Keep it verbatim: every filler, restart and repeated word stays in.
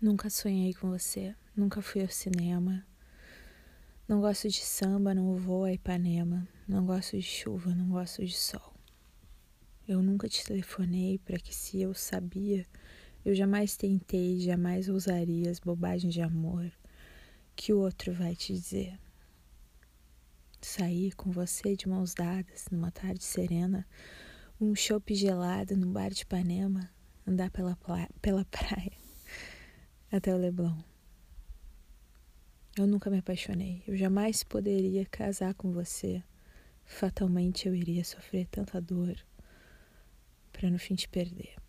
Nunca sonhei com você, nunca fui ao cinema. Não gosto de samba, não vou a Ipanema. Não gosto de chuva, não gosto de sol. Eu nunca te telefonei para que, se eu sabia, eu jamais tentei, jamais ousaria as bobagens de amor que o outro vai te dizer. Sair com você de mãos dadas numa tarde serena, um chopp gelado no bar de Ipanema, andar pela, pla- pela praia até o Leblon. Eu nunca me apaixonei, eu jamais poderia casar com você. Fatalmente eu iria sofrer tanta dor para no fim te perder.